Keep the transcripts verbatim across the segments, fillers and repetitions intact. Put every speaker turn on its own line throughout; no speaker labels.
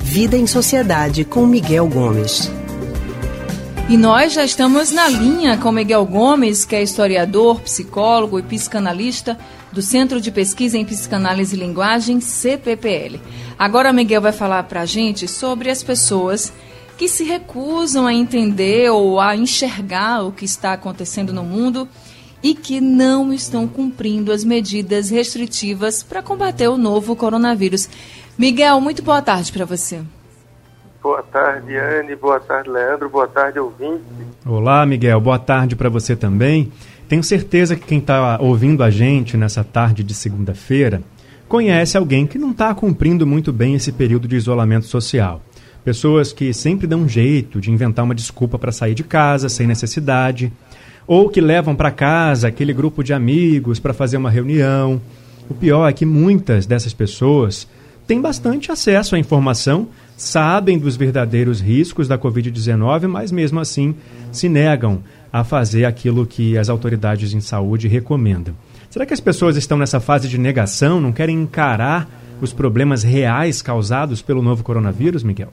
Vida em Sociedade com Miguel Gomes.
E nós já estamos na linha com Miguel Gomes, que é historiador, psicólogo e psicanalista do Centro de Pesquisa em Psicanálise e Linguagem, C P P L. Agora Miguel vai falar para a gente sobre as pessoas que se recusam a entender ou a enxergar o que está acontecendo no mundo e que não estão cumprindo as medidas restritivas para combater o novo coronavírus. Miguel, muito boa tarde para você.
Boa tarde, Anne. Boa tarde, Leandro. Boa tarde, ouvinte.
Olá, Miguel. Boa tarde para você também. Tenho certeza que quem está ouvindo a gente nessa tarde de segunda-feira conhece alguém que não está cumprindo muito bem esse período de isolamento social. Pessoas que sempre dão um jeito de inventar uma desculpa para sair de casa sem necessidade, ou que levam para casa aquele grupo de amigos para fazer uma reunião. O pior é que muitas dessas pessoas têm bastante acesso à informação, sabem dos verdadeiros riscos da covid dezenove, mas mesmo assim se negam a fazer aquilo que as autoridades em saúde recomendam. Será que as pessoas estão nessa fase de negação, não querem encarar os problemas reais causados pelo novo coronavírus, Miguel?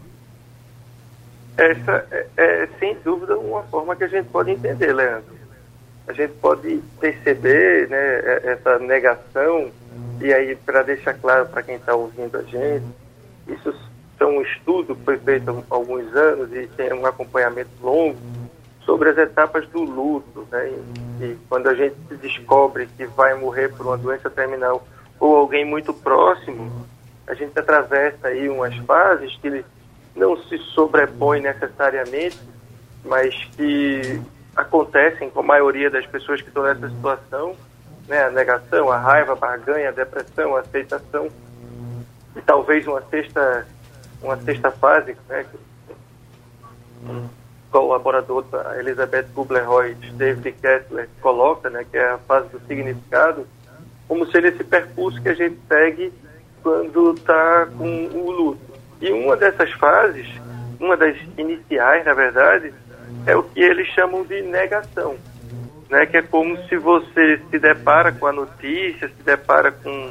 Essa é, é, sem dúvida, uma forma que a gente pode entender, Leandro. A gente pode perceber, né, essa negação, e aí, para deixar claro para quem está ouvindo a gente, isso é um estudo que foi feito há alguns anos e tem um acompanhamento longo sobre as etapas do luto, né? E, e quando a gente se descobre que vai morrer por uma doença terminal ou alguém muito próximo, a gente atravessa aí umas fases que não se sobrepõem necessariamente, mas que acontecem com a maioria das pessoas que estão nessa situação, né? A negação, a raiva, a barganha, a depressão, a aceitação, e talvez uma sexta, uma sexta fase, né? Um colaborador da Elizabeth Kubler-Ross, David Kessler, coloca, né? Que é a fase do significado, como seria esse percurso que a gente segue quando está com o luto. E uma dessas fases, uma das iniciais, na verdade, é o que eles chamam de negação, né? Que é como se você se depara com a notícia, se depara com,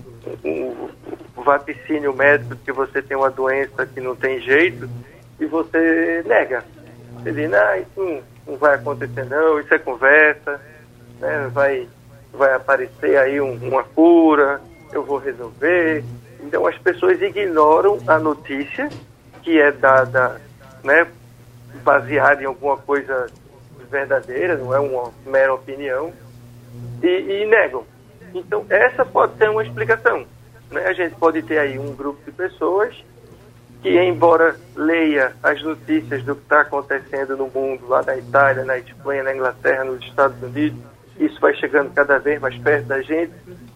com o vaticínio médico de que você tem uma doença que não tem jeito e você nega. Você diz, não, isso não, não vai acontecer não, isso é conversa, né? vai, vai aparecer aí um, uma cura, eu vou resolver. Então as pessoas ignoram a notícia que é dada, né, baseada em alguma coisa verdadeira, não é uma mera opinião, e, e negam. Então essa pode ser uma explicação, né? A gente pode ter aí um grupo de pessoas que, embora leia as notícias do que está acontecendo no mundo, lá na Itália, na Espanha, na Inglaterra, nos Estados Unidos, isso vai chegando cada vez mais perto da gente.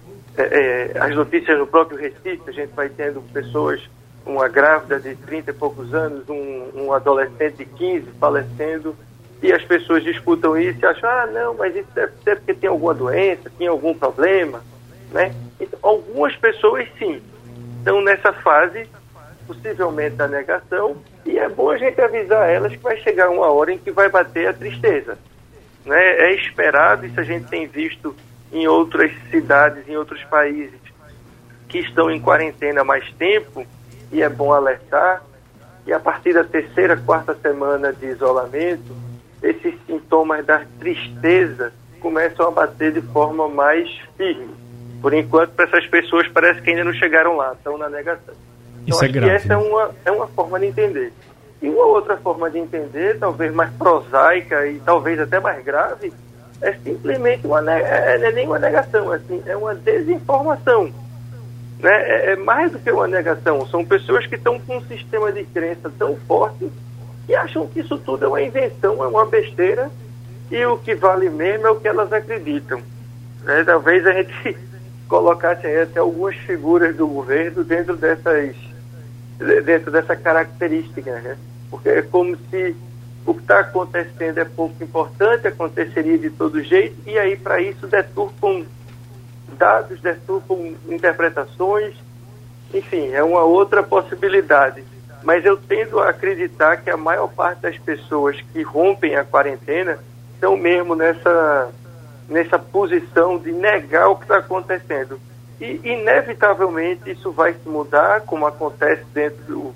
É, é, as notícias no próprio Recife, a gente vai tendo pessoas, uma grávida de trinta e poucos anos, um, um adolescente de quinze falecendo, e as pessoas disputam isso e acham, ah, não, mas isso deve ser porque tem alguma doença, tem algum problema, né? Então, algumas pessoas, sim, estão nessa fase, possivelmente da negação, e é bom a gente avisar elas que vai chegar uma hora em que vai bater a tristeza, né? É esperado, isso a gente tem visto em outras cidades, em outros países que estão em quarentena há mais tempo, e é bom alertar que a partir da terceira, quarta semana de isolamento, esses sintomas da tristeza começam a bater de forma mais firme. Por enquanto, para essas pessoas parece que ainda não chegaram lá, estão na negação. Então,
Isso é grave.
Essa é uma, é uma forma de entender. E uma outra forma de entender, talvez mais prosaica e talvez até mais grave, é simplesmente uma, é, não é nem uma negação, assim, é uma desinformação, né? É, é mais do que uma negação, são pessoas que estão com um sistema de crença tão forte que acham que isso tudo é uma invenção, é uma besteira, e o que vale mesmo é o que elas acreditam, né? Talvez a gente colocasse aí até algumas figuras do governo dentro dessas, dentro dessa característica, né? Porque é como se o que está acontecendo é pouco importante, aconteceria de todo jeito, e aí para isso deturpam dados, deturpam interpretações, enfim, é uma outra possibilidade. Mas eu tendo a acreditar que a maior parte das pessoas que rompem a quarentena estão mesmo nessa, nessa posição de negar o que está acontecendo. E, inevitavelmente, isso vai se mudar, como acontece dentro do,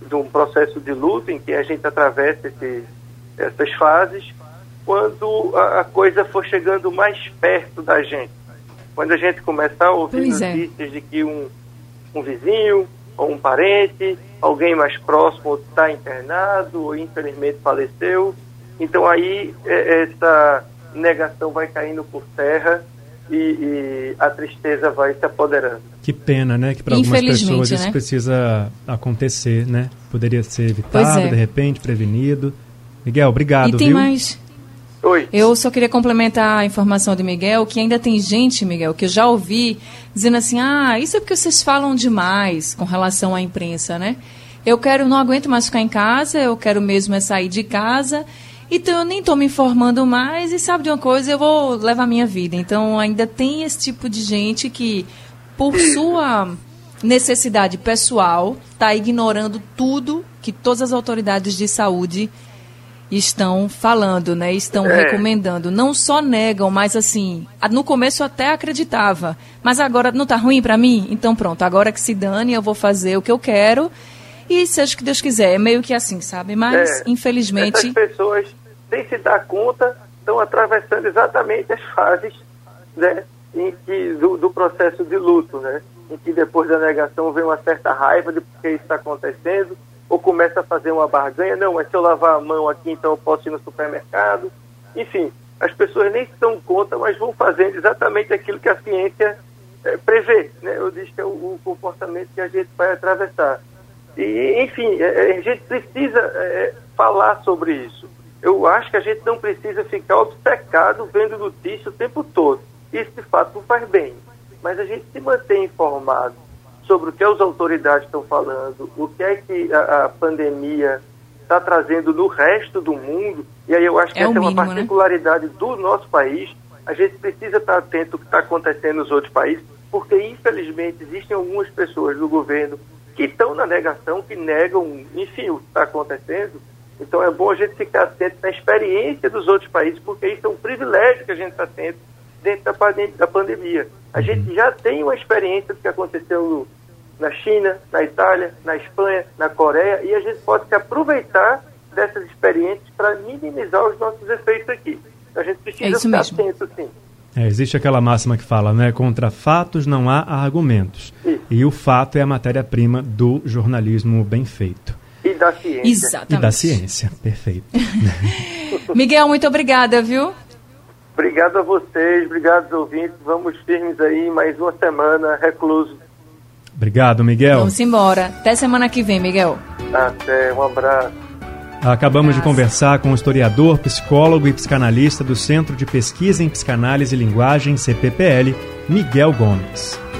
de um processo de luto em que a gente atravessa esse, essas fases, quando a, a coisa for chegando mais perto da gente. Quando a gente começar a ouvir
Pois
notícias
é.
de que um, um vizinho ou um parente, alguém mais próximo está internado ou infelizmente faleceu, então aí é, essa negação vai caindo por terra e, e a tristeza vai se apoderando.
Que pena, né? Que para algumas
Infelizmente,
pessoas isso
né?
precisa acontecer, né? Poderia ser evitado,
é.
de repente, prevenido. Miguel, obrigado,
E tem
viu?
mais...
Oi.
Eu só queria complementar a informação de Miguel, que ainda tem gente, Miguel, que eu já ouvi dizendo assim, ah, isso é porque vocês falam demais com relação à imprensa, né? Eu quero, não aguento mais ficar em casa, eu quero mesmo é sair de casa, então eu nem estou me informando mais e sabe de uma coisa, eu vou levar a minha vida. Então ainda tem esse tipo de gente que, por sua necessidade pessoal, está ignorando tudo que todas as autoridades de saúde estão falando, né? Estão
É.
recomendando. Não só negam, mas assim, no começo eu até acreditava, mas agora não está ruim para mim? Então pronto, agora que se dane, eu vou fazer o que eu quero e seja o que Deus quiser. É meio que assim, sabe? Mas,
É.
infelizmente...
Essas pessoas, sem se dar conta, estão atravessando exatamente as fases, né, em que, do, do processo de luto, né? Em que depois da negação vem uma certa raiva de porque isso está acontecendo, ou começa a fazer uma barganha, não, mas se eu lavar a mão aqui, então eu posso ir no supermercado. Enfim, as pessoas nem se dão conta, mas vão fazendo exatamente aquilo que a ciência é, prevê, né? Eu disse que é o, o comportamento que a gente vai atravessar. E, enfim, é, a gente precisa é, falar sobre isso. Eu acho que a gente não precisa ficar obcecado vendo notícia o tempo todo. Isso, de fato, não faz bem. Mas a gente se mantém informado sobre o que as autoridades estão falando, o que é que a, a pandemia está trazendo no resto do mundo, e aí eu acho que
É o
essa
mínimo,
é uma particularidade, né, do nosso país. A gente precisa estar atento ao que está acontecendo nos outros países, porque infelizmente existem algumas pessoas do governo que estão na negação, que negam, enfim, o que está acontecendo. Então é bom a gente ficar atento na experiência dos outros países, porque isso é um privilégio que a gente está tendo dentro da, pandem- da pandemia. A gente já tem uma experiência do que aconteceu na China, na Itália, na Espanha, na Coreia, e a gente pode se aproveitar dessas experiências para minimizar os nossos efeitos aqui. A gente
É
precisa
isso
ficar
mesmo.
atento, sim.
É, existe aquela máxima que fala, né? Contra fatos não há argumentos.
Isso.
E o fato é a matéria-prima do jornalismo bem feito.
E da ciência.
Exatamente.
E da ciência, perfeito.
Miguel, muito obrigada, viu?
Obrigado a vocês, obrigado aos ouvintes. Vamos firmes aí, mais uma semana recluso.
Obrigado, Miguel.
Vamos embora. Até semana que vem, Miguel.
Até, um abraço.
Acabamos de
Abraço.
conversar com o historiador, psicólogo e psicanalista do Centro de Pesquisa em Psicanálise e Linguagem, C P P L, Miguel Gomes.